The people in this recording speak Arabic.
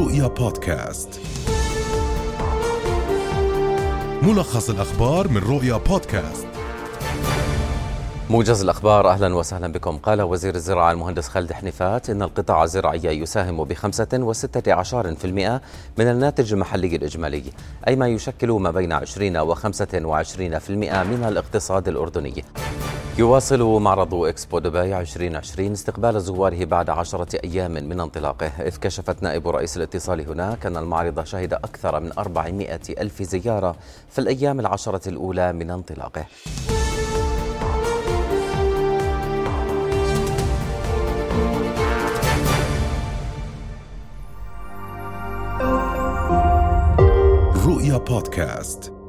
رؤيا بودكاست. ملخص الأخبار من رؤيا بودكاست. موجز الأخبار، أهلا وسهلا بكم. قال وزير الزراعة المهندس خالد حنيفات إن القطاع الزراعي يساهم ب15% من الناتج المحلي الإجمالي، أي ما يشكل ما بين 20 و25% من الاقتصاد الأردني. يواصل معرض إكسبو دبي 2020 استقبال زواره بعد 10 أيام من انطلاقه، إذ كشفت نائب رئيس الاتصال هناك أن المعرض شهد أكثر من 400 ألف زيارة في الأيام العشرة الأولى من انطلاقه. رؤيا بودكاست.